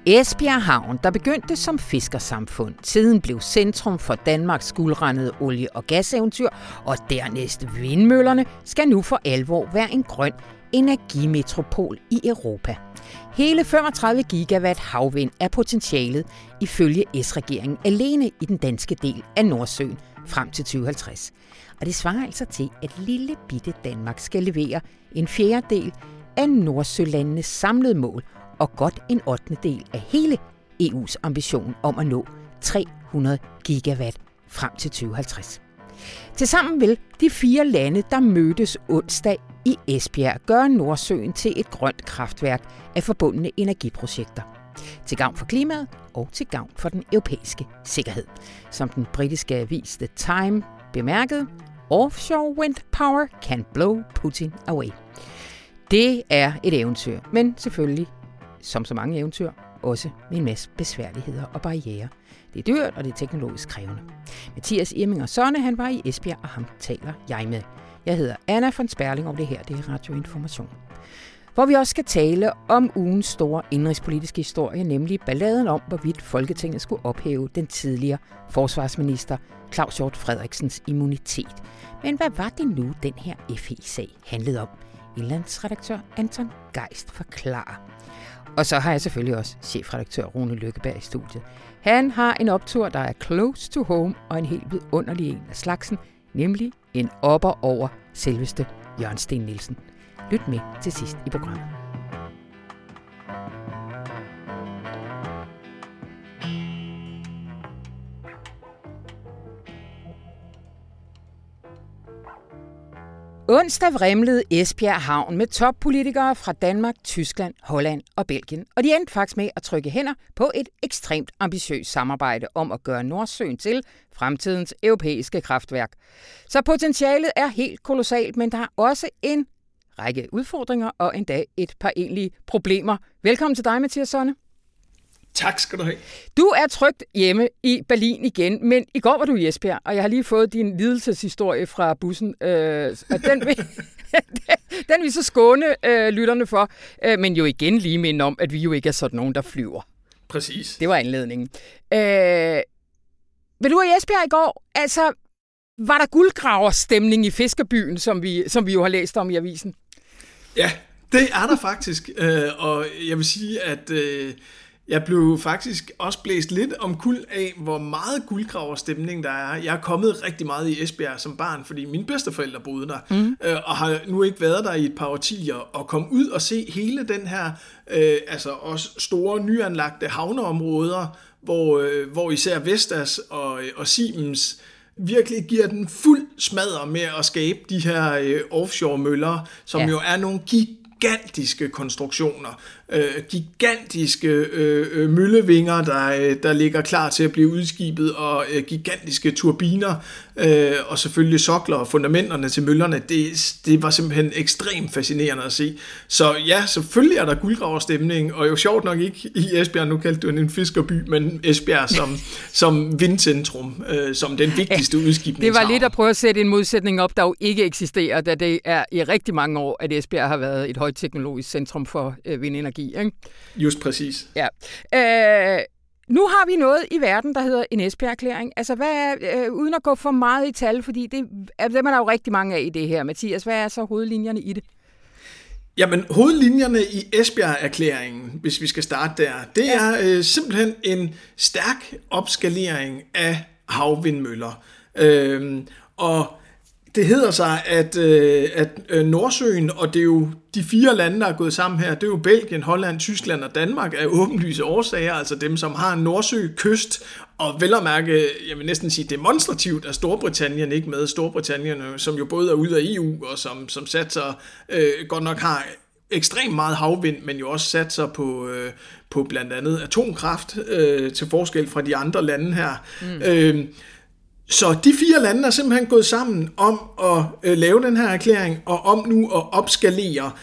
Esbjerg Havn, der begyndte som fiskersamfund, siden blev centrum for Danmarks guldrandede olie- og gaseventyr, og dernæst vindmøllerne, skal nu for alvor være en grøn energimetropol i Europa. Hele 35 gigawatt havvind er potentialet ifølge S-regeringen alene i den danske del af Nordsøen frem til 2050. Og det svarer altså til, at lille bitte Danmark skal levere en fjerdedel af Nordsølandenes samlede mål og godt en 8. af hele EU's ambition om at nå 300 gigawatt frem til 2050. Tilsammen vil de 4 lande, der mødtes onsdag i Esbjerg, gøre Nordsøen til et grønt kraftværk af forbundne energiprojekter. Til gavn for klimaet og til gavn for den europæiske sikkerhed. Som den britiske avis The Time bemærkede, offshore wind power can blow Putin away. Det er et eventyr, men selvfølgelig, som så mange eventyr, også med en masse besværligheder og barrierer. Det er dyrt, og det er teknologisk krævende. Mathias Irminger Sonne, han var i Esbjerg, og ham taler jeg med. Jeg hedder Anna von Sperling, og det her det er Radio Information. Hvor vi også skal tale om ugens store indrigspolitiske historie, nemlig balladen om, hvorvidt Folketinget skulle ophæve den tidligere forsvarsminister Claus Hjort Frederiksens immunitet. Men hvad var det nu, den her FE-sag handlede om? Indlandsredaktør Anton Geist forklarer. Og så har jeg selvfølgelig også chefredaktør Rune Lykkeberg i studiet. Han har en optur, der er close to home, og en helt vidunderlig en af slagsen, nemlig en opper over selveste Jørgen Steen Nielsen. Lyt med til sidst i programmet. Onsdag vrimlede Esbjerg Havn med toppolitikere fra Danmark, Tyskland, Holland og Belgien. Og de endte faktisk med at trykke hænder på et ekstremt ambitiøst samarbejde om at gøre Nordsøen til fremtidens europæiske kraftværk. Så potentialet er helt kolossalt, men der er også en række udfordringer og endda et par egentlige problemer. Velkommen til dig, Mathias Sonne. Tak skal du have. Du er trygt hjemme i Berlin igen, men i går var du i Esbjerg, og jeg har lige fået din lidelseshistorie fra bussen. Og den vil vi så skåne lytterne for, men jo igen lige minde om, at vi jo ikke er sådan nogen, der flyver. Præcis. Det var anledningen. Men du var i Esbjerg i går. Altså, var der guldgraverstemning i Fiskerbyen, som vi jo har læst om i avisen? Ja, det er der faktisk. Og jeg vil sige, at jeg blev faktisk også blæst lidt omkuld af, hvor meget guldgraverstemning der er. Jeg er kommet rigtig meget i Esbjerg som barn, fordi mine bedsteforældre boede der, og har nu ikke været der i et par årtier, og kom ud og se hele den her, altså også store nyanlagte havneområder, hvor især Vestas og Siemens virkelig giver den fuld smadre med at skabe de her offshore møller, som jo er nogle gigantiske konstruktioner, gigantiske møllevinger, der ligger klar til at blive udskibet, og gigantiske turbiner, og selvfølgelig sokler og fundamenterne til møllerne. Det var simpelthen ekstremt fascinerende at se. Så ja, selvfølgelig er der guldgraverstemning, og jo sjovt nok ikke i Esbjerg, nu kaldte du en fiskerby, men Esbjerg som vindcentrum, som den vigtigste udskibningshavn. Det var lidt at prøve at sætte en modsætning op, der jo ikke eksisterer, da det er i rigtig mange år, at Esbjerg har været et højteknologisk centrum for vindenergi. Ikke? Just præcis. Ja. Nu har vi noget i verden, der hedder en Esbjerg-erklæring. Altså, uden at gå for meget i tal, fordi dem er der jo rigtig mange af i det her, Mathias. Hvad er så hovedlinjerne i det? Jamen, hovedlinjerne i Esbjerg-erklæringen, hvis vi skal starte der, det er simpelthen en stærk opskalering af havvindmøller. Og det hedder sig, at Nordsøen, og det er jo de 4 lande, der er gået sammen her, det er jo Belgien, Holland, Tyskland og Danmark, af åbenlyse årsager, altså dem, som har en Nordsøkyst, og vel at mærke, jeg vil næsten sige demonstrativt, at Storbritannien ikke med. Storbritannien, som jo både er ude af EU, og som satser, godt nok har ekstremt meget havvind, men jo også satser på blandt andet atomkraft, til forskel fra de andre lande her. Så de 4 lande er simpelthen gået sammen om at lave den her erklæring, og om nu at opskalere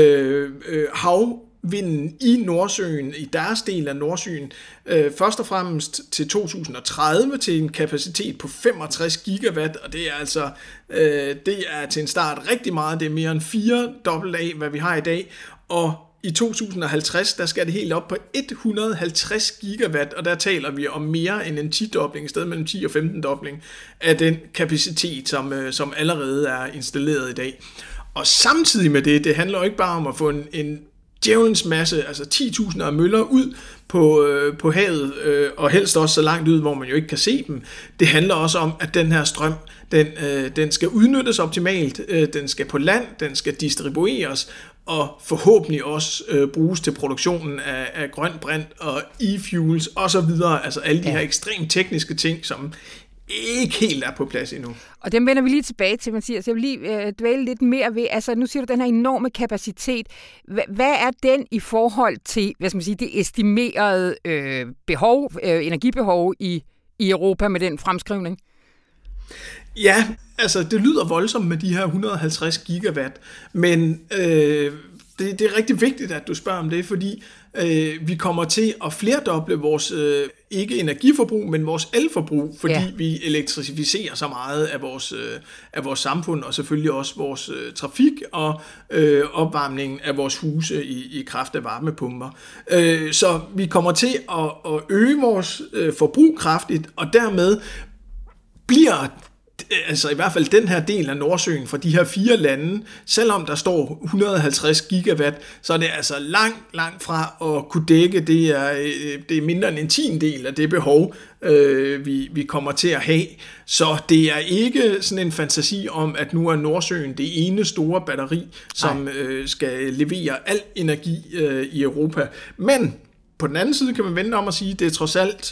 havvinden i Nordsøen, i deres del af Nordsøen, først og fremmest til 2030 til en kapacitet på 65 gigawatt, og det er altså det er til en start rigtig meget, det er mere end 4 dobbelt af, hvad vi har i dag, og i 2050, der skal det helt op på 150 gigawatt, og der taler vi om mere end en 10-dobling, i stedet mellem 10 og 15-dobling af den kapacitet, som allerede er installeret i dag. Og samtidig med det handler jo ikke bare om at få en djævelens masse, altså 10.000 af møller ud på havet, og helst også så langt ud, hvor man jo ikke kan se dem. Det handler også om, at den her strøm, den skal udnyttes optimalt, den skal på land, den skal distribueres, og forhåbentlig også bruges til produktionen af grøn brint og e-fuels osv., altså alle de her ekstremt tekniske ting, som ikke helt er på plads endnu. Og dem vender vi lige tilbage til, Mathias. Jeg vil lige dvæle lidt mere ved, altså nu siger du den her enorme kapacitet. Hvad er den i forhold til, hvad skal man sige, det estimerede energibehov i Europa med den fremskrivning? Ja, altså det lyder voldsomt med de her 150 gigawatt, men det er rigtig vigtigt, at du spørger om det, fordi vi kommer til at flerdoble vores ikke energiforbrug, men vores elforbrug, fordi vi elektrificerer så meget af vores samfund, og selvfølgelig også vores trafik og opvarmningen af vores huse i kraft af varmepumper. Så vi kommer til at øge vores forbrug kraftigt, og dermed bliver altså i hvert fald den her del af Nordsøen fra de her 4 lande, selvom der står 150 gigawatt, så er det altså langt fra at kunne dække, det er mindre end en tiendedel af det behov, vi kommer til at have. Så det er ikke sådan en fantasi om, at nu er Nordsøen det ene store batteri, som skal levere al energi i Europa. Men på den anden side kan man vende om at sige, at det er trods alt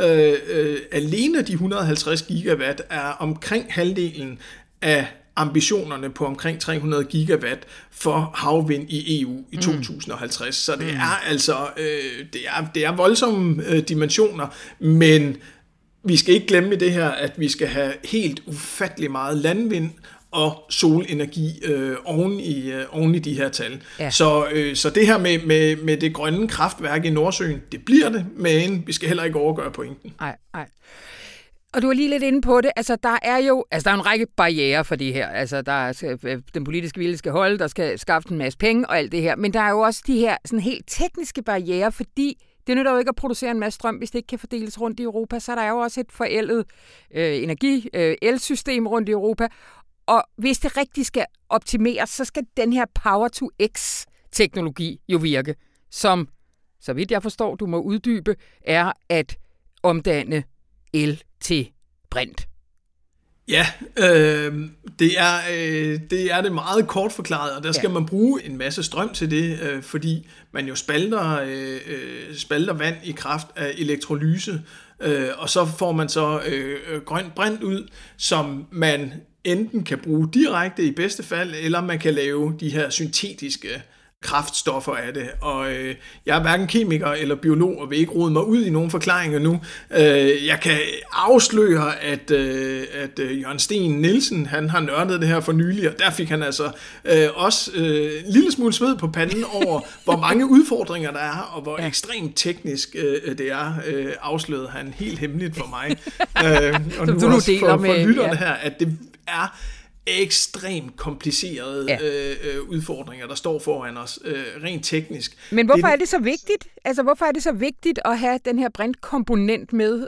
alene de 150 gigawatt er omkring halvdelen af ambitionerne på omkring 300 gigawatt for havvind i EU i 2050. Så det er altså det er voldsomme dimensioner, men vi skal ikke glemme i det her, at vi skal have helt ufattelig meget landvind og solenergi oven i de her tal. Ja. Så det her med det grønne kraftværk i Nordsøen, det bliver det, men vi skal heller ikke overgøre pointen. Nej. Og du er lige lidt inde på det. Altså, der er en række barrierer for det her. Altså, den politiske vilje skal holde, der skal skaffe en masse penge og alt det her. Men der er jo også de her sådan helt tekniske barrierer, fordi det nytter jo ikke at producere en masse strøm, hvis det ikke kan fordeles rundt i Europa. Så der er jo også et forældet elsystem rundt i Europa. Og hvis det rigtig skal optimeres, så skal den her Power-to-X-teknologi jo virke, som, så vidt jeg forstår, du må uddybe, er at omdanne el til brint. Ja, det er det meget kort forklaret, og der skal man bruge en masse strøm til det, fordi man jo spalter vand i kraft af elektrolyse, og så får man så grønt brint ud, som man enten kan bruge direkte i bedste fald, eller man kan lave de her syntetiske kraftstoffer af det. Og jeg er hverken kemiker eller biolog, og vil ikke rode mig ud i nogle forklaringer nu. Jeg kan afsløre, at Jørgen Steen Nielsen, han har nørdet det her for nylig, og der fik han altså også en lille smule sved på panden over, hvor mange udfordringer der er, og hvor ekstremt teknisk det er. Afslørede han helt hemmeligt for mig. Og nu også for lytterne her, at det er ekstremt komplicerede udfordringer, der står foran os, rent teknisk. Men hvorfor er det så vigtigt? Altså, hvorfor er det så vigtigt at have den her brintkomponent med?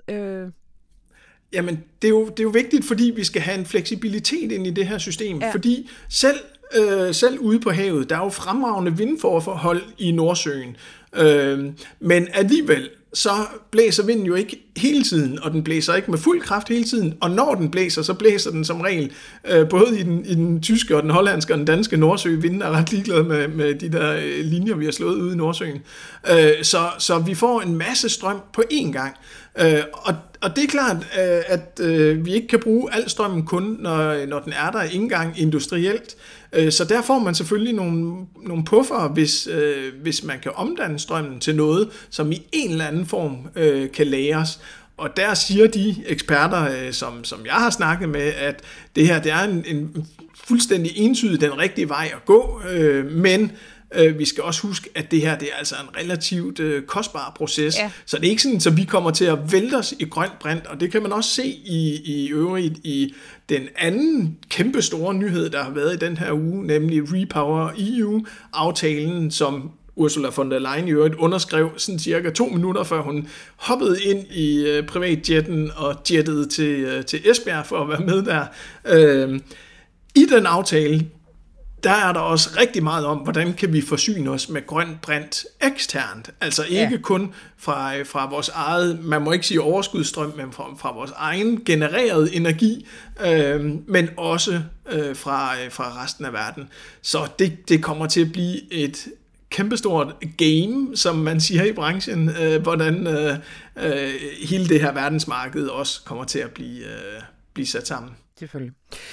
Jamen, det er jo vigtigt, fordi vi skal have en fleksibilitet ind i det her system, fordi selv ude på havet, der er jo fremragende vindforhold i Nordsøen, men alligevel så blæser vinden jo ikke hele tiden, og den blæser ikke med fuld kraft hele tiden, og når den blæser, så blæser den som regel både i den tyske og den hollandske og den danske Nordsø. Vinden er ret ligeglad med de der linjer, vi har slået ude i Nordsøen. Så vi får en masse strøm på én gang. Og det er klart, at vi ikke kan bruge al strømmen kun, når den er der, ikke engang industrielt. Så der får man selvfølgelig nogle puffer, hvis man kan omdanne strømmen til noget, som i en eller anden form kan lagres. Og der siger de eksperter, som jeg har snakket med, at det her det er en fuldstændig entydig den rigtige vej at gå, men vi skal også huske, at det her det er altså en relativt kostbar proces, så det er ikke sådan, så vi kommer til at vælte os i grønt brint, og det kan man også se i øvrigt i den anden kæmpe store nyhed, der har været i den her uge, nemlig Repower EU-aftalen, som Ursula von der Leyen i øvrigt underskrev sådan cirka 2 minutter, før hun hoppede ind i privatjetten og jettede til Esbjerg for at være med der. I den aftale, der er der også rigtig meget om, hvordan kan vi forsyne os med grøn brint eksternt. Altså ikke kun fra vores eget, man må ikke sige overskudsstrøm, men fra vores egen genererede energi, men også fra resten af verden. Så det kommer til at blive et kæmpestort game, som man siger i branchen, hvordan hele det her verdensmarked også kommer til at blive sat sammen. Selvfølgelig.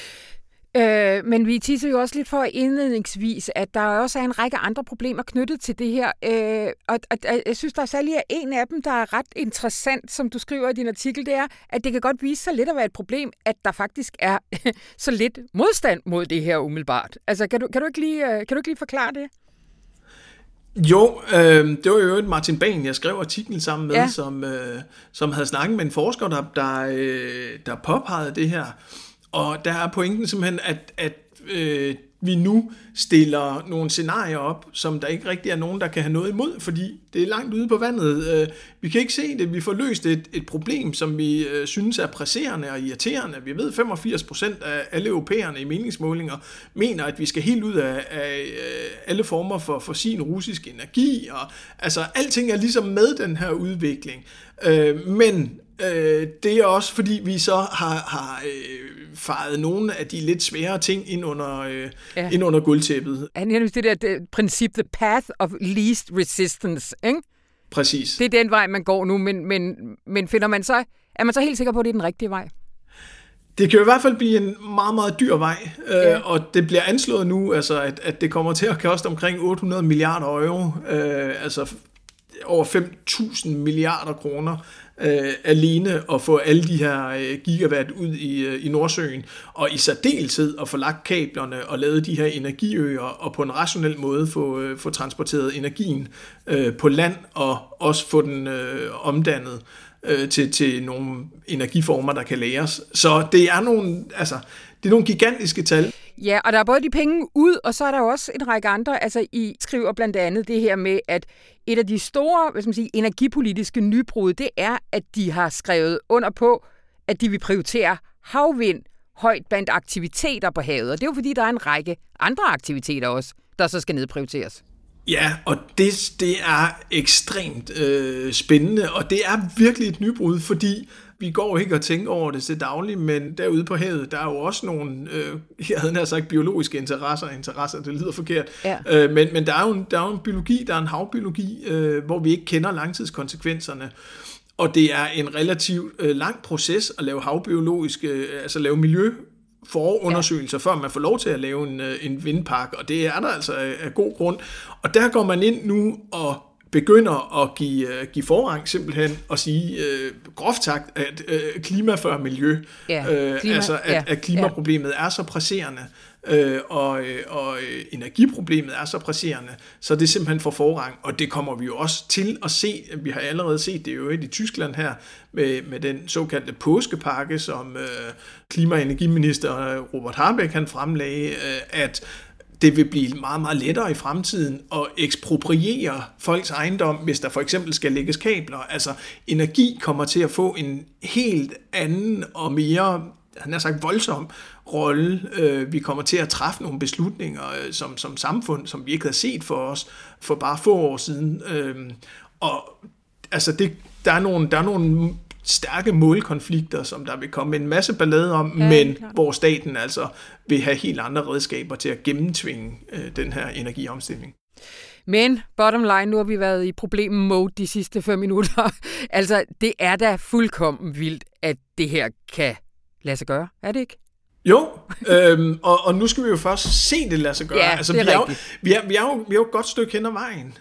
Men vi tisser jo også lidt for indledningsvis, at der også er en række andre problemer knyttet til det her. Og jeg synes, der særlig er en af dem, der er ret interessant, som du skriver i din artikel, det er, at det kan godt vise sig lidt at være et problem, at der faktisk er så lidt modstand mod det her umiddelbart. Altså, kan du ikke lige forklare det? Jo, det var jo Martin Bahn, jeg skrev artiklen sammen med, som havde snakket med en forsker, der påpegede det her. Og der er pointen simpelthen, at vi nu stiller nogle scenarier op, som der ikke rigtig er nogen, der kan have noget imod, fordi det er langt ude på vandet. Vi kan ikke se det. Vi får løst et problem, som vi synes er presserende og irriterende. Vi ved, 85% af alle europæerne i meningsmålinger mener, at vi skal helt ud af alle former for fossil russisk energi. Og, altså, alting er ligesom med den her udvikling. Men det er også, fordi vi så har faret nogle af de lidt svære ting ind under gulvtæppet. Han er det der princip, the path of least resistance, ikke? Præcis. Det er den vej, man går nu, men er man så helt sikker på, at det er den rigtige vej? Det kan jo i hvert fald blive en meget, meget dyr vej, og det bliver anslået nu, altså, at det kommer til at koste omkring 800 milliarder euro, altså over 5.000 milliarder kroner, alene at få alle de her gigawatt ud i Nordsøen, og i særdeleshed at få lagt kablerne og lavet de her energiøer, og på en rationel måde få transporteret energien på land, og også få den omdannet til nogle energiformer, der kan lagres. Så det er nogle gigantiske tal. Ja, og der er både de penge ud, og så er der også en række andre. Altså, I skriver blandt andet det her med, at et af de store, energipolitiske nybrud, det er, at de har skrevet under på, at de vil prioritere havvind højt blandt aktiviteter på havet. Og det er jo fordi, der er en række andre aktiviteter også, der så skal nedprioriteres. Ja, og det er ekstremt spændende, og det er virkelig et nybrud, fordi vi går ikke og tænker over det til daglig, men derude på havet, der er jo også nogle, jeg havde nær sagt biologiske interesser, det lyder forkert, men der er jo en biologi, der er en havbiologi, hvor vi ikke kender langtidskonsekvenserne, og det er en relativt lang proces at lave havbiologiske, altså lave miljøforundersøgelser, før man får lov til at lave en vindpark, og det er der altså af god grund, og der går man ind nu og begynder at give forrang simpelthen og sige groft sagt, at klima før miljø, at klimaproblemet er så presserende, og energiproblemet er så presserende, så det simpelthen får forrang, og det kommer vi jo også til at se. Vi har allerede set det jo i Tyskland her, med den såkaldte påskepakke, som klima- og energiminister Robert Habeck han fremlagde, at det vil blive meget, meget lettere i fremtiden at ekspropriere folks ejendom, hvis der for eksempel skal lægges kabler. Altså, energi kommer til at få en helt anden og mere, han har sagt, voldsom rolle. Vi kommer til at træffe nogle beslutninger som samfund, som vi ikke havde set for os for bare få år siden. Og altså, der er nogle stærke målkonflikter, som der vil komme en masse ballade om, men hvor staten altså vil have helt andre redskaber til at gennemtvinge den her energiomstilling. Men bottom line, nu har vi været i problem-mode de sidste 5 minutter. Altså, det er da fuldkommen vildt, at det her kan lade sig gøre. Er det ikke? Jo, og nu skal vi jo først se det lade sig gøre. Ja, altså, det er rigtigt. Vi er jo et godt stykke hen ad vejen,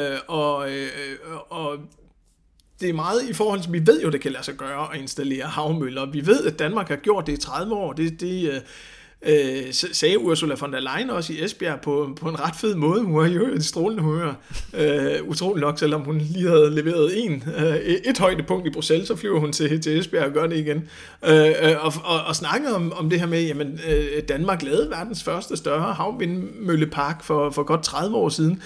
og det er meget i forhold til, vi ved jo, det kan lade sig gøre at installere havmøller. Vi ved, at Danmark har gjort det i 30 år. Det sagde Ursula von der Leyen også i Esbjerg på en ret fed måde. Hun var jo et strålende humør. Utrolig nok, selvom hun lige havde leveret et højdepunkt i Bruxelles, så flyver hun til Esbjerg og gør det igen. Og snakker om det her med, jamen Danmark lavede verdens første større havvindmøllepark for godt 30 år siden.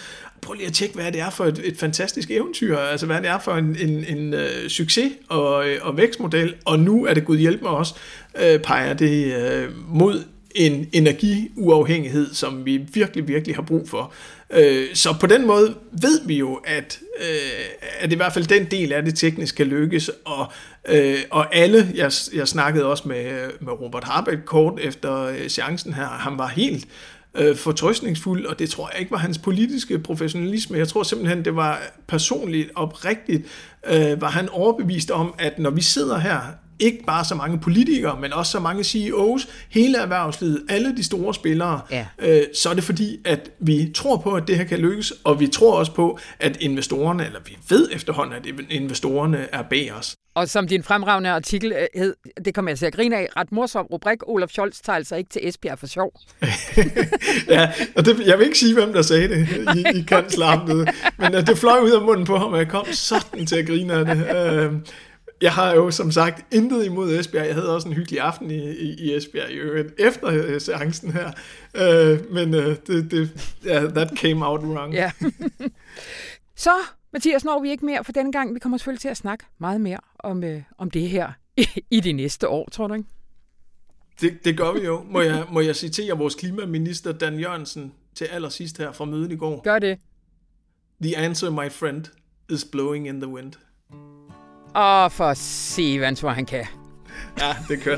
prøv lige at tjekke, hvad det er for et fantastisk eventyr, altså hvad det er for en succes og vækstmodel, og nu er det Gud hjælp mig også, peger det mod en energiuafhængighed, som vi virkelig, virkelig har brug for. Så på den måde ved vi jo, at i hvert fald den del af det teknisk kan lykkes, og alle, jeg snakkede også med Robert Harbeck kort efter chancen her, han var helt fortrøstningsfuld, og det tror jeg ikke var hans politiske professionalisme. Jeg tror simpelthen, det var personligt oprigtigt, var han overbevist om, at når vi sidder her, ikke bare så mange politikere, men også så mange CEOs, hele erhvervslivet, alle de store spillere, så er det fordi, at vi tror på, at det her kan lykkes, og vi tror også på, at investorerne, eller vi ved efterhånden, at investorerne er bag os. Og som din fremragende artikel hed, det kommer jeg til at grine af, ret morsom rubrik, Olaf Scholz tager altså ikke til Esbjerg for sjov. Ja, og jeg vil ikke sige, hvem der sagde det i kanslerne, men det fløj ud af munden på ham, og jeg kom sådan til at grine af det. Jeg har jo som sagt intet imod Esbjerg. Jeg havde også en hyggelig aften i Esbjerg i øvrigt efter seancen her. Men that came out wrong. Ja. Så, Mathias, når vi ikke mere for denne gang. Vi kommer selvfølgelig til at snakke meget mere om det her i de næste år, tror du ikke? Det gør vi jo. Må jeg citere vores klimaminister Dan Jørgensen til allersidst her fra mødet i går? Gør det. The answer, my friend, is blowing in the wind. For Sevans, hvor han kan. Ja, det er kørt.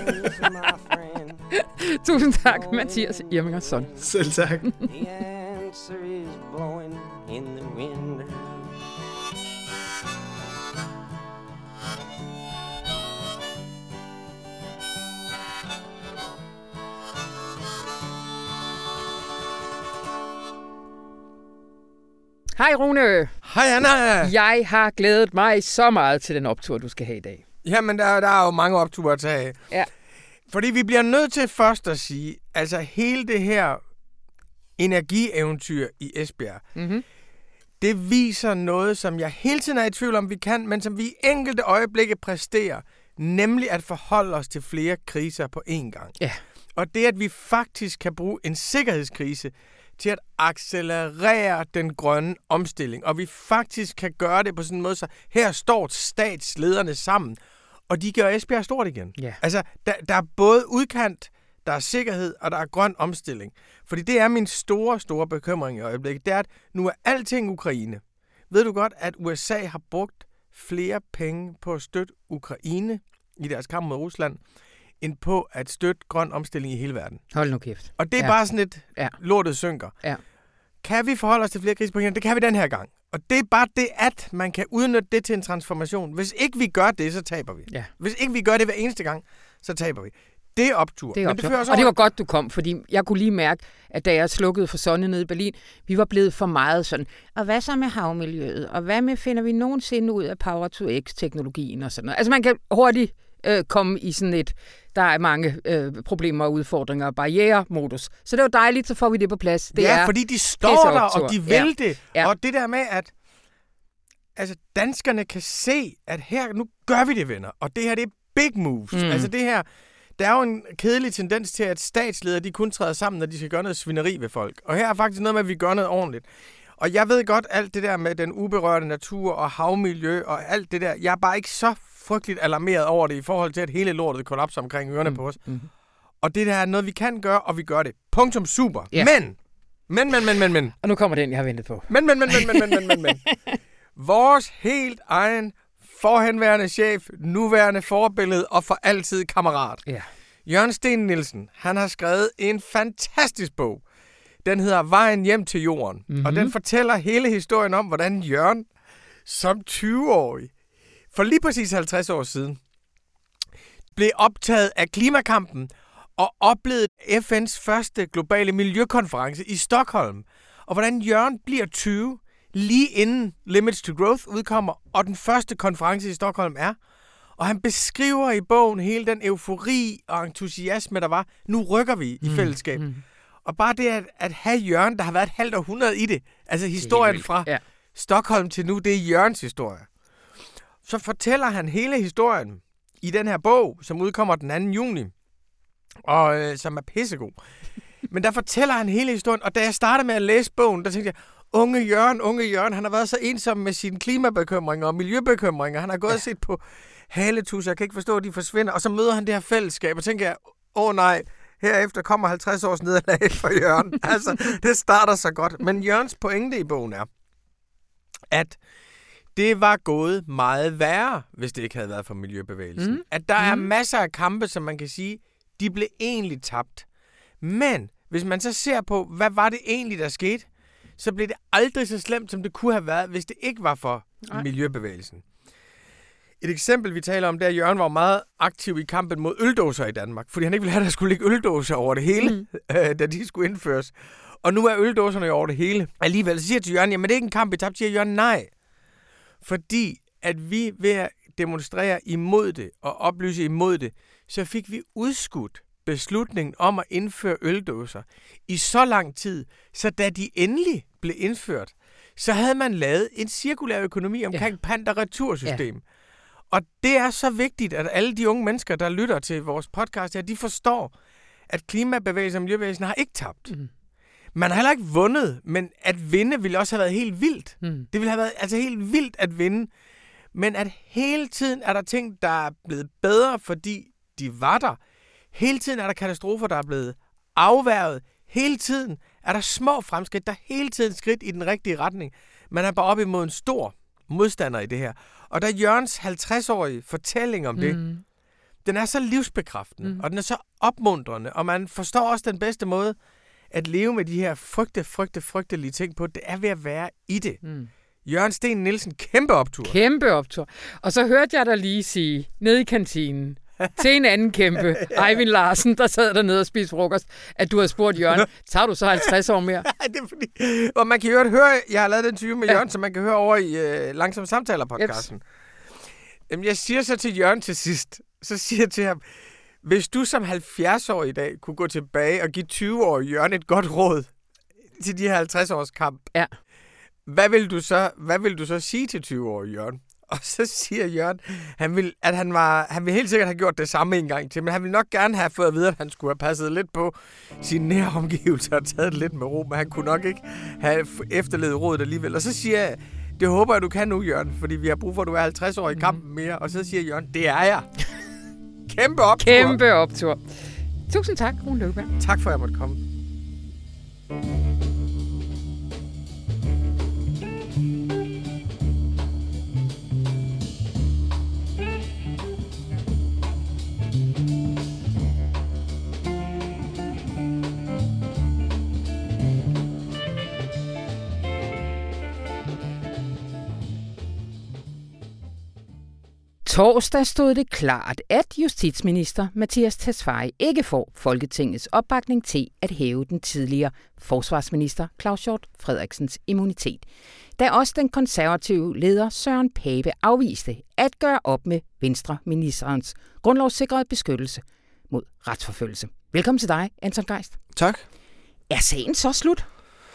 Tusind tak, Mathias Irmingersson. Selv tak. The answer is blowing in the wind. Hej Rune. Hej Anna. Jeg har glædet mig så meget til den optur, du skal have i dag. Jamen, der er jo mange opture at tage. Ja. Fordi vi bliver nødt til først at sige, altså hele det her energieventyr i Esbjerg, det viser noget, som jeg hele tiden er i tvivl om, vi kan, men som vi i enkelte øjeblikke præsterer, nemlig at forholde os til flere kriser på én gang. Ja. Og det, at vi faktisk kan bruge en sikkerhedskrise til at accelerere den grønne omstilling. Og vi faktisk kan gøre det på sådan en måde, så her står statslederne sammen, og de gør Esbjerg stort igen. Ja. Altså, der er både udkant, der er sikkerhed, og der er grøn omstilling. Fordi det er min store, store bekymring i øjeblikket. Det er, at nu er alting Ukraine. Ved du godt, at USA har brugt flere penge på at støtte Ukraine i deres kamp mod Rusland, end på at støtte grøn omstilling i hele verden. Hold nu kæft. Og det er bare sådan et lortet synker. Ja. Kan vi forholde os til flere kriser på hinanden? Det kan vi den her gang. Og det er bare det, at man kan udnytte det til en transformation. Hvis ikke vi gør det, så taber vi. Ja. Hvis ikke vi gør det hver eneste gang, så taber vi. Det er optur. Men det og det var godt, du kom, fordi jeg kunne lige mærke, at da jeg slukkede for Sonne nede i Berlin, vi var blevet for meget sådan, og hvad så med havmiljøet? Og hvad med, finder vi nogensinde ud af Power-to-X-teknologien og sådan noget? Altså man kan hurtigt komme i sådan et, der er mange problemer og udfordringer og barriere-modus. Så det var dejligt, så får vi det på plads. Det er fordi de står der, og de vil det. Ja. Og det der med, at altså, danskerne kan se, at her, nu gør vi det, venner. Og det her, det er big moves. Altså det her, der er jo en kedelig tendens til, at statsledere, de kun træder sammen, når de skal gøre noget svineri ved folk. Og her er faktisk noget med, at vi gør noget ordentligt. Og jeg ved godt, alt det der med den uberørte natur og havmiljø og alt det der, jeg er bare ikke så frygteligt alarmeret over det i forhold til, at hele lortet kollapser omkring ørerne på os. Og det der er noget, vi kan gøre, og vi gør det. Punktum super. Ja. Men. Og nu kommer den, jeg har ventet på. Men. Vores helt egen forhenværende chef, nuværende forbillede og for altid kammerat. Ja. Jørgen Steen Nielsen, han har skrevet en fantastisk bog. Den hedder Vejen hjem til jorden. Og den fortæller hele historien om, hvordan Jørgen som 20-årig, for lige præcis 50 år siden, blev optaget af klimakampen og oplevede FN's første globale miljøkonference i Stockholm. Og hvordan Jørgen bliver 20, lige inden Limits to Growth udkommer, og den første konference i Stockholm er. Og han beskriver i bogen hele den eufori og entusiasme, der var. Nu rykker vi i fællesskab. Og bare det at have Jørgen, der har været et halvt århundrede i det. Altså historien fra Stockholm til nu, det er Jørgens historie. Så fortæller han hele historien i den her bog, som udkommer den 2. juni, og som er pissegod. Men der fortæller han hele historien, og da jeg startede med at læse bogen, der tænkte jeg, unge Jørgen, han har været så ensom med sine klimabekymringer og miljøbekymringer. Han har gået og set på haletusser, jeg kan ikke forstå, at de forsvinder. Og så møder han det her fællesskab, og tænker jeg, nej, herefter kommer 50 års nederlag for Jørgen. Altså, det starter så godt. Men Jørgens pointe i bogen er, at det var gået meget værre, hvis det ikke havde været for miljøbevægelsen. At der er masser af kampe, som man kan sige, de blev egentlig tabt. Men hvis man så ser på, hvad var det egentlig, der skete, så blev det aldrig så slemt, som det kunne have været, hvis det ikke var for miljøbevægelsen. Et eksempel, vi taler om, det er, at Jørgen var meget aktiv i kampen mod øldåser i Danmark, fordi han ikke ville have, at der skulle ligge øldåser over det hele, da de skulle indføres. Og nu er øldåserne over det hele. Alligevel så siger jeg til Jørgen, jamen det er ikke en kamp, vi tabte. Siger Jørgen, nej. Fordi at vi ved at demonstrere imod det og oplyse imod det, så fik vi udskudt beslutningen om at indføre øldåser i så lang tid, så da de endelig blev indført, så havde man lavet en cirkulær økonomi omkring pant- og retursystem. Ja. Og det er så vigtigt, at alle de unge mennesker, der lytter til vores podcast her, de forstår, at klimabevægelsen og miljøbevægelsen har ikke tabt. Man har heller ikke vundet, men at vinde ville også have været helt vildt. Det ville have været altså helt vildt at vinde. Men at hele tiden er der ting, der er blevet bedre, fordi de var der. Hele tiden er der katastrofer, der er blevet afværget. Hele tiden er der små fremskridt, der hele tiden skridt i den rigtige retning. Man er bare op imod en stor modstander i det her. Og der er Jørgens 50-årige fortælling om det, den er så livsbekræftende, og den er så opmuntrende, og man forstår også den bedste måde at leve med de her frygtelige ting på, det er ved at være i det. Jørgen Steen Nielsen, kæmpe optur. Kæmpe optur. Og så hørte jeg dig lige sige, nede i kantinen, til en anden kæmpe, Eivind Larsen, der sad dernede og spiste frokost, at du havde spurgt Jørgen, tager du så 50 år mere? Det er fordi, og man kan høre, jeg har lavet den interview med Jørgen, som man kan høre over i Langsomme Samtaler-podcasten. Jamen, jeg siger så til Jørgen til sidst, så siger jeg til ham, hvis du som 70-årig i dag kunne gå tilbage og give 20-årige Jørgen et godt råd til de her 50-års kamp, hvad vil du så sige til 20-årige Jørgen? Og så siger Jørgen, han vil helt sikkert have gjort det samme en gang til, men han vil nok gerne have fået at vide, at han skulle have passet lidt på sine nære omgivelser og taget det lidt med ro, men han kunne nok ikke have efterlevet rådet alligevel. Og så siger jeg, det håber jeg, du kan nu, Jørgen, fordi vi har brug for, at du er 50 år i kampen mere. Og så siger Jørgen, det er jeg. Kæmpe optur. Kæmpe optur. Tusind tak, Rune Løkberg. Tak for, at jeg måtte komme. Torsdag stod det klart, at justitsminister Mattias Tesfaye ikke får Folketingets opbakning til at hæve den tidligere forsvarsminister Claus Hjort Frederiksens immunitet. Da også den konservative leder Søren Pape afviste at gøre op med Venstreministerens grundlovssikrede beskyttelse mod retsforfølgelse. Velkommen til dig, Anton Geist. Tak. Er sagen så slut?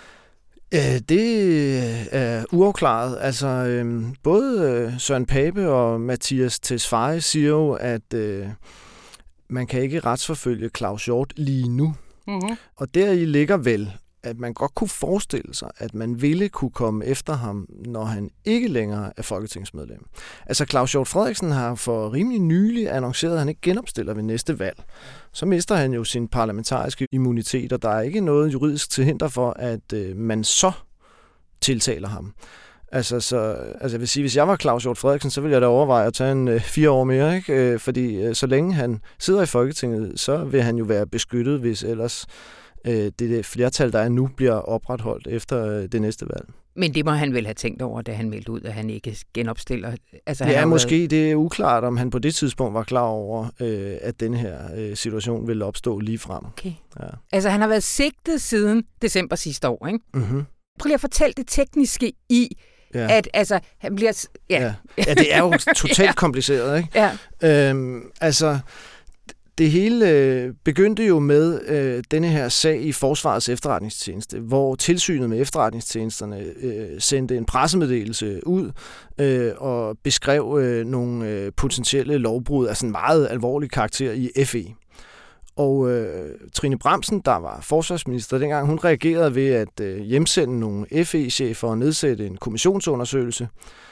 Det er uafklaret. Altså, både Søren Pape og Mattias Tesfaye siger jo, at man kan ikke retsforfølge Claus Hjort lige nu. Mm-hmm. Og deri ligger vel, at man godt kunne forestille sig, at man ville kunne komme efter ham, når han ikke længere er folketingsmedlem. Altså, Claus Hjort Frederiksen har for rimelig nylig annonceret, at han ikke genopstiller ved næste valg. Så mister han jo sin parlamentariske immunitet, og der er ikke noget juridisk til hinder for, at man så tiltaler ham. Altså, jeg vil sige, hvis jeg var Claus Hjort Frederiksen, så ville jeg da overveje at tage 4 år mere, ikke? Fordi så længe han sidder i Folketinget, så vil han jo være beskyttet, hvis ellers det flertal, der er nu, bliver opretholdt efter det næste valg. Men det må han vel have tænkt over, da han meldte ud, at han ikke genopstiller. Altså, ja, måske. Det er uklart, om han på det tidspunkt var klar over, at den her situation ville opstå lige frem. Okay. Ja. Altså, han har været sigtet siden december sidste år, ikke? Mm-hmm. Prøv lige at fortælle det tekniske i, at altså, han bliver... Ja, det er jo totalt kompliceret, ikke? Ja. Det hele begyndte jo med denne her sag i Forsvarets Efterretningstjeneste, hvor tilsynet med efterretningstjenesterne sendte en pressemeddelelse ud og beskrev nogle potentielle lovbrud af sådan en meget alvorlig karakter i FE. Og Trine Bramsen, der var forsvarsminister dengang, hun reagerede ved at hjemsende nogle FE-chefer og nedsætte en kommissionsundersøgelse.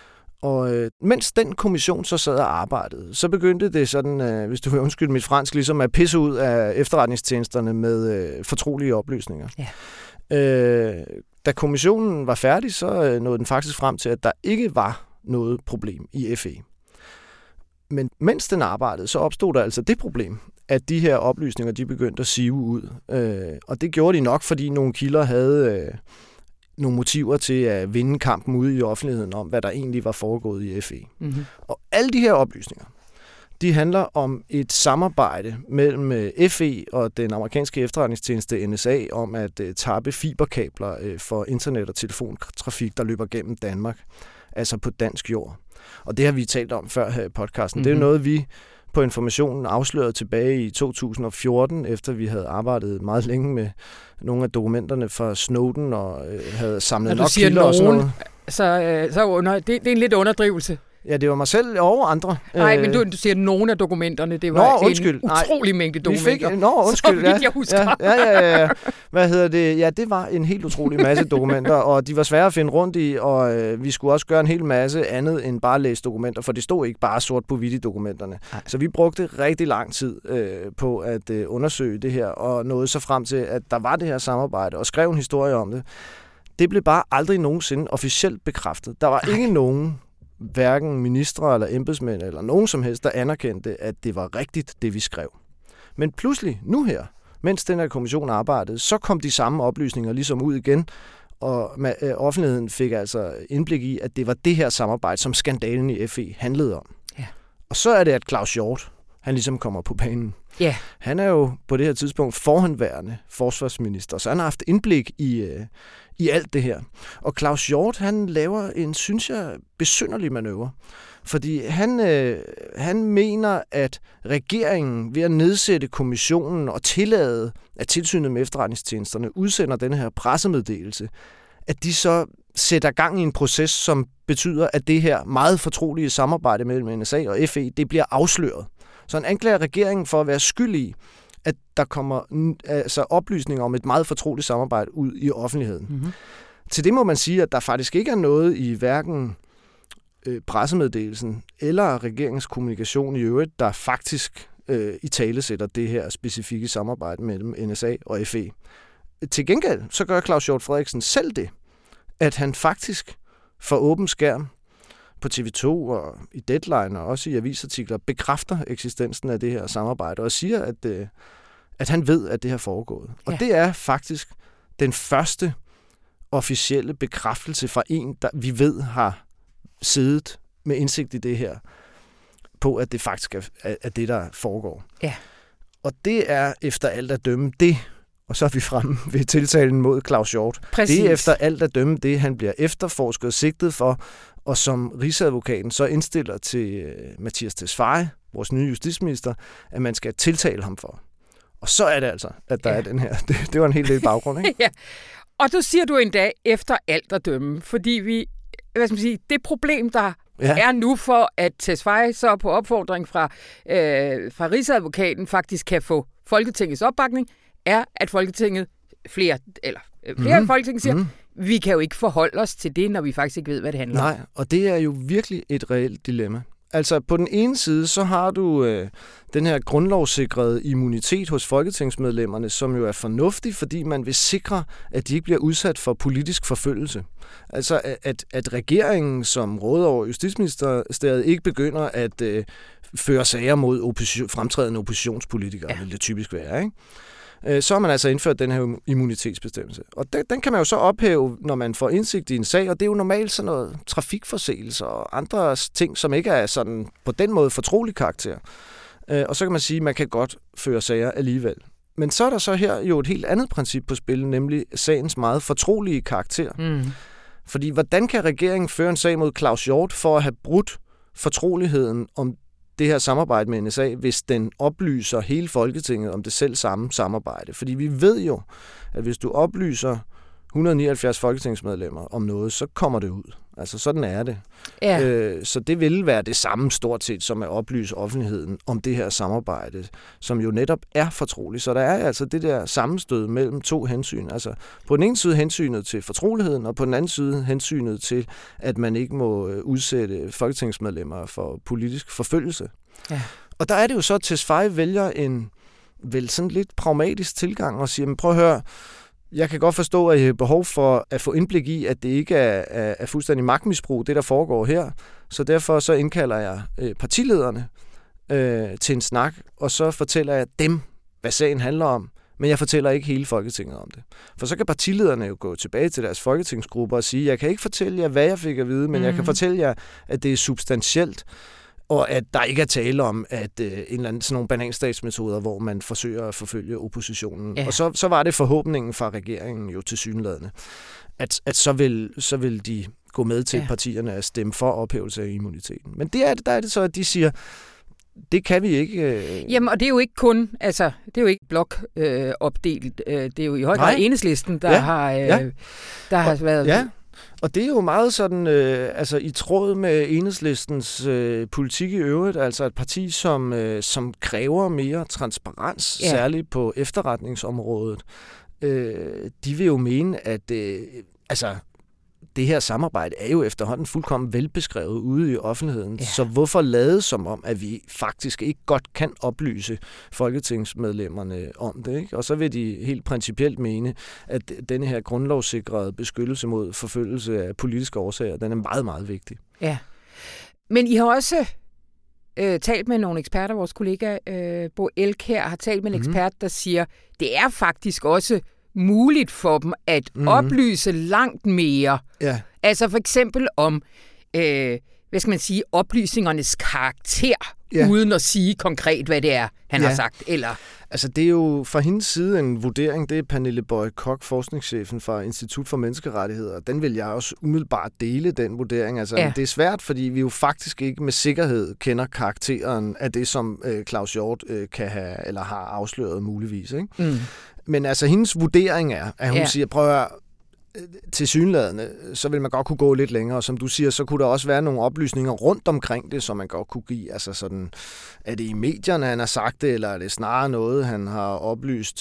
Og mens den kommission så sad og arbejdede, så begyndte det sådan, hvis du vil undskylde mit fransk, ligesom at pisse ud af efterretningstjenesterne med fortrolige oplysninger. Ja. Da kommissionen var færdig, så nåede den faktisk frem til, at der ikke var noget problem i FE. Men mens den arbejdede, så opstod der altså det problem, at de her oplysninger, de begyndte at sive ud. Og det gjorde de nok, fordi nogle kilder havde nogle motiver til at vinde kampen ude i offentligheden om, hvad der egentlig var foregået i FE. Mm-hmm. Og alle de her oplysninger, de handler om et samarbejde mellem FE og den amerikanske efterretningstjeneste NSA om at tappe fiberkabler for internet- og telefontrafik, der løber gennem Danmark, altså på dansk jord. Og det har vi talt om før her i podcasten. Mm-hmm. Det er jo noget, vi på Informationen afslørede tilbage i 2014, efter vi havde arbejdet meget længe med nogle af dokumenterne fra Snowden og havde samlet nok kilder og sådan noget. Det er en lidt underdrivelse. Ja, det var mig selv og andre. Nej, men du siger nogle af dokumenterne. Det var en utrolig mængde dokumenter. Undskyld. Så vidt jeg husker. Ja. Hvad hedder det? Ja, det var en helt utrolig masse dokumenter, og de var svære at finde rundt i, og vi skulle også gøre en hel masse andet end bare læse dokumenter, for det stod ikke bare sort på hvidt i dokumenterne. Ej. Så vi brugte rigtig lang tid på at undersøge det her, og nåede så frem til, at der var det her samarbejde, og skrev en historie om det. Det blev bare aldrig nogensinde officielt bekræftet. Der var ikke nogen, hverken ministre eller embedsmænd eller nogen som helst, der anerkendte, at det var rigtigt, det vi skrev. Men pludselig, nu her, mens den her kommission arbejdede, så kom de samme oplysninger ligesom ud igen, og offentligheden fik altså indblik i, at det var det her samarbejde, som skandalen i FE handlede om. Ja. Og så er det, at Claus Hjort, han ligesom kommer på banen. Yeah. Han er jo på det her tidspunkt forhenværende forsvarsminister, så han har haft indblik i alt det her. Og Claus Hjort, han laver en, synes jeg, besynderlig manøvre. Fordi han mener, at regeringen ved at nedsætte kommissionen og tillade, at tilsynet med efterretningstjenesterne udsender denne her pressemeddelelse, at de så sætter gang i en proces, som betyder, at det her meget fortrolige samarbejde mellem NSA og FE, det bliver afsløret. Så han anklager regeringen for at være skyld i, at der kommer oplysninger om et meget fortroligt samarbejde ud i offentligheden. Mm-hmm. Til det må man sige, at der faktisk ikke er noget i hverken pressemeddelelsen eller regeringens kommunikation i øvrigt, der faktisk italesætter det her specifikke samarbejde mellem NSA og FE. Til gengæld så gør Claus Hjort Frederiksen selv det, at han faktisk for åben skærm på TV2 og i Deadline og også i avisartikler bekræfter eksistensen af det her samarbejde og siger, at han ved, at det har foregået. Ja. Og det er faktisk den første officielle bekræftelse fra en, der vi ved har siddet med indsigt i det her, på at det faktisk er det, der foregår. Ja. Og det er efter alt at dømme det, og så er vi fremme ved tiltalen mod Claus Hjort. Præcis. Det er efter alt at dømme det, han bliver efterforsket og sigtet for, og som rigsadvokaten så indstiller til Mattias Tesfaye, vores nye justitsminister, at man skal tiltale ham for. Og så er det altså, at der er den her. Det var en helt del baggrund, ikke? Ja. Og så siger du en dag efter alt at dømme, fordi det problem, der er nu for, at Tesfaye så på opfordring fra rigsadvokaten faktisk kan få Folketingets opbakning, er, at Folketinget, flere af Folketinget siger, vi kan jo ikke forholde os til det, når vi faktisk ikke ved, hvad det handler om. Nej, og det er jo virkelig et reelt dilemma. Altså på den ene side, så har du den her grundlovssikrede immunitet hos folketingsmedlemmerne, som jo er fornuftig, fordi man vil sikre, at de ikke bliver udsat for politisk forfølgelse. Altså at regeringen, som råder over Justitsministeriet, ikke begynder at føre sager mod fremtrædende oppositionspolitikere, vil det typisk være, ikke? Så har man altså indført den her immunitetsbestemmelse. Og den kan man jo så ophæve, når man får indsigt i en sag, og det er jo normalt sådan noget trafikforseelser og andre ting, som ikke er sådan på den måde fortrolig karakter. Og så kan man sige, at man kan godt føre sager alligevel. Men så er der så her jo et helt andet princip på spil, nemlig sagens meget fortrolige karakter. Mm. Fordi hvordan kan regeringen føre en sag mod Claus Hjort for at have brudt fortroligheden om det her samarbejde med NSA, hvis den oplyser hele Folketinget om det selv samme samarbejde? Fordi vi ved jo, at hvis du oplyser 179 folketingsmedlemmer om noget, så kommer det ud. Altså sådan er det. Ja. Så det vil være det samme stort set, som at oplyse offentligheden om det her samarbejde, som jo netop er fortroligt. Så der er altså det der sammenstød mellem to hensyn. Altså på den ene side hensynet til fortroligheden, og på den anden side hensynet til, at man ikke må udsætte folketingsmedlemmer for politisk forfølgelse. Ja. Og der er det jo så, at Tesfaye vælger en vel sådan lidt pragmatisk tilgang og siger, men prøv at høre, jeg kan godt forstå, at I har behov for at få indblik i, at det ikke er fuldstændig magtmisbrug, det der foregår her. Så derfor så indkalder jeg partilederne til en snak, og så fortæller jeg dem, hvad sagen handler om. Men jeg fortæller ikke hele Folketinget om det. For så kan partilederne jo gå tilbage til deres folketingsgrupper og sige, jeg kan ikke fortælle jer, hvad jeg fik at vide, men jeg kan fortælle jer, at det er substantielt, og at der ikke er tale om, at en eller anden, sådan nogle bananstatsmetoder, hvor man forsøger at forfølge oppositionen. Ja. Og så var det forhåbningen fra regeringen jo tilsyneladende, at så vil de gå med til partierne at stemme for ophævelse af immuniteten. Men der er det så, at de siger, det kan vi ikke. Jamen, og det er jo ikke kun, altså, det er jo ikke blokopdelt. Det er jo i høj grad Enhedslisten, der har været... Ja. Og det er jo meget sådan, altså i tråd med Enhedslistens politik i øvrigt, altså et parti, som kræver mere transparens, særligt på efterretningsområdet. De vil jo mene, at det her samarbejde er jo efterhånden fuldkommen velbeskrevet ude i offentligheden. Ja. Så hvorfor lade som om, at vi faktisk ikke godt kan oplyse folketingsmedlemmerne om det? Ikke? Og så vil de helt principielt mene, at denne her grundlovssikrede beskyttelse mod forfølgelse af politiske årsager, den er meget, meget vigtig. Ja. Men I har også talt med nogle eksperter, vores kollega Bo Elkjær har talt med en ekspert, der siger, det er faktisk også muligt for dem at oplyse langt mere. Ja. Altså for eksempel om, hvad skal man sige, oplysningernes karakter, uden at sige konkret, hvad det er, han har sagt. Eller... Altså det er jo fra hendes side en vurdering, det er Pernille Boye Koch, forskningschefen fra Institut for Menneskerettigheder. Den vil jeg også umiddelbart dele, den vurdering. Altså det er svært, fordi vi jo faktisk ikke med sikkerhed kender karakteren af det, som Claus Hjort kan have, eller har afsløret muligvis. Ikke? Men altså, hendes vurdering er, at hun siger, prøv at tilsyneladende, så vil man godt kunne gå lidt længere. Som du siger, så kunne der også være nogle oplysninger rundt omkring det, som man godt kunne give. Altså sådan, er det i medierne, han har sagt det, eller er det snarere noget, han har oplyst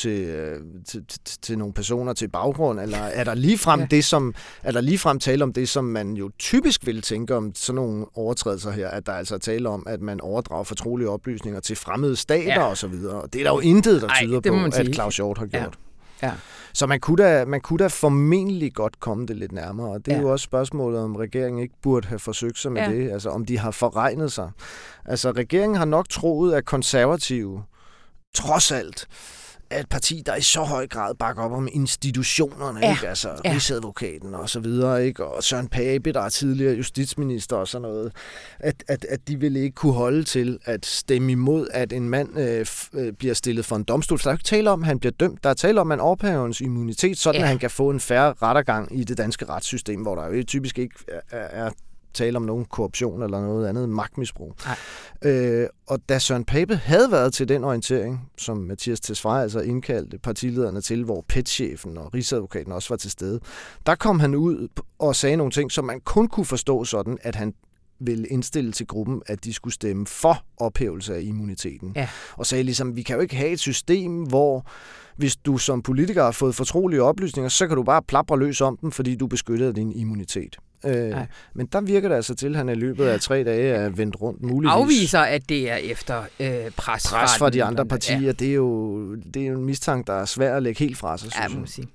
til nogle personer til baggrund, eller er der ligefrem tale om det, som man jo typisk vil tænke om sådan nogle overtrædelser her, at der altså er tale om, at man overdrager fortrolige oplysninger til fremmede stater og så videre. Og det er der jo intet, der tyder på, at Claus Hjort har gjort. Ja. Så man kunne da formentlig godt komme det lidt nærmere, og det er jo også spørgsmålet, om regeringen ikke burde have forsøgt sig med det, altså om de har forregnet sig. Altså regeringen har nok troet, at konservative trods alt er et parti, der i så høj grad bakker op om institutionerne, ikke? Altså Rigsadvokaten og så videre, ikke? Og Søren Pape, der er tidligere justitsminister og sådan noget, at de ville ikke kunne holde til at stemme imod, at en mand bliver stillet for en domstol. Så der er ikke tale om, at han bliver dømt. Der er tale om, at man ophæver hans immunitet, sådan at han kan få en fair rettergang i det danske retssystem, hvor der jo typisk ikke er tale om nogen korruption eller noget andet magtmisbrug. Og da Søren Pape havde været til den orientering, som Mattias Tesfaye altså indkaldte partilederne til, hvor PET-chefen og Rigsadvokaten også var til stede, der kom han ud og sagde nogle ting, som man kun kunne forstå sådan, at han ville indstille til gruppen, at de skulle stemme for ophævelse af immuniteten. Ja. Og sagde ligesom, vi kan jo ikke have et system, hvor hvis du som politiker har fået fortrolige oplysninger, så kan du bare plapre løs om dem, fordi du beskyttede din immunitet. Men der virker det altså til, at han i løbet af 3 dage er vendt rundt muligvis. Afviser, at det er efter pres fra de andre partier. Ja. Det er jo en mistanke, der er svær at lægge helt fra sig, synes jeg.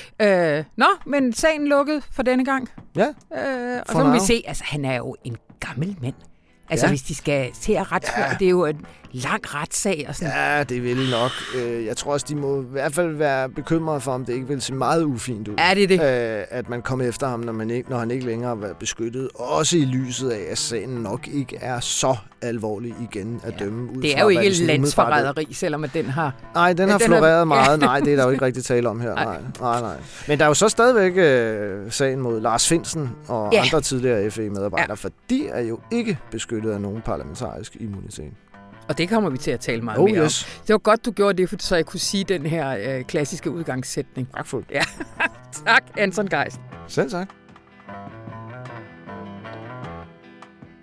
Men sagen lukket for denne gang. Ja. Og så må vi se, altså han er jo en gammel mand. Altså hvis de skal se at det er jo en lang retssag og sådan. Ja, det vil nok. Jeg tror også, de må i hvert fald være bekymrede for, om det ikke vil se meget ufint ud. Ja, det er det. At man kommer efter ham, når han ikke længere er beskyttet. Også i lyset af, at sagen nok ikke er så alvorlig igen at dømme ud fra. Det er jo ikke landsforræderi, selvom at den har... Nej, den har floreret meget. Nej, det er der jo ikke rigtig tale om her. Nej. Men der er jo så stadigvæk sagen mod Lars Findsen og andre tidligere FE-medarbejdere, for de er jo ikke beskyttet af nogen parlamentarisk immunitet. Og det kommer vi til at tale meget mere om. Det var godt, du gjorde det, så jeg kunne sige den her klassiske udgangssætning. Pragtfuldt. Ja. Tak, Anton Geist. Selv tak.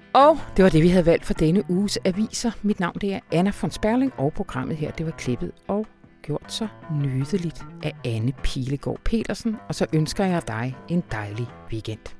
Og det var det, vi havde valgt for denne uges aviser. Mit navn det er Anna von Sperling, og programmet her det var klippet og gjort så nydeligt af Anne Pilegaard Petersen. Og så ønsker jeg dig en dejlig weekend.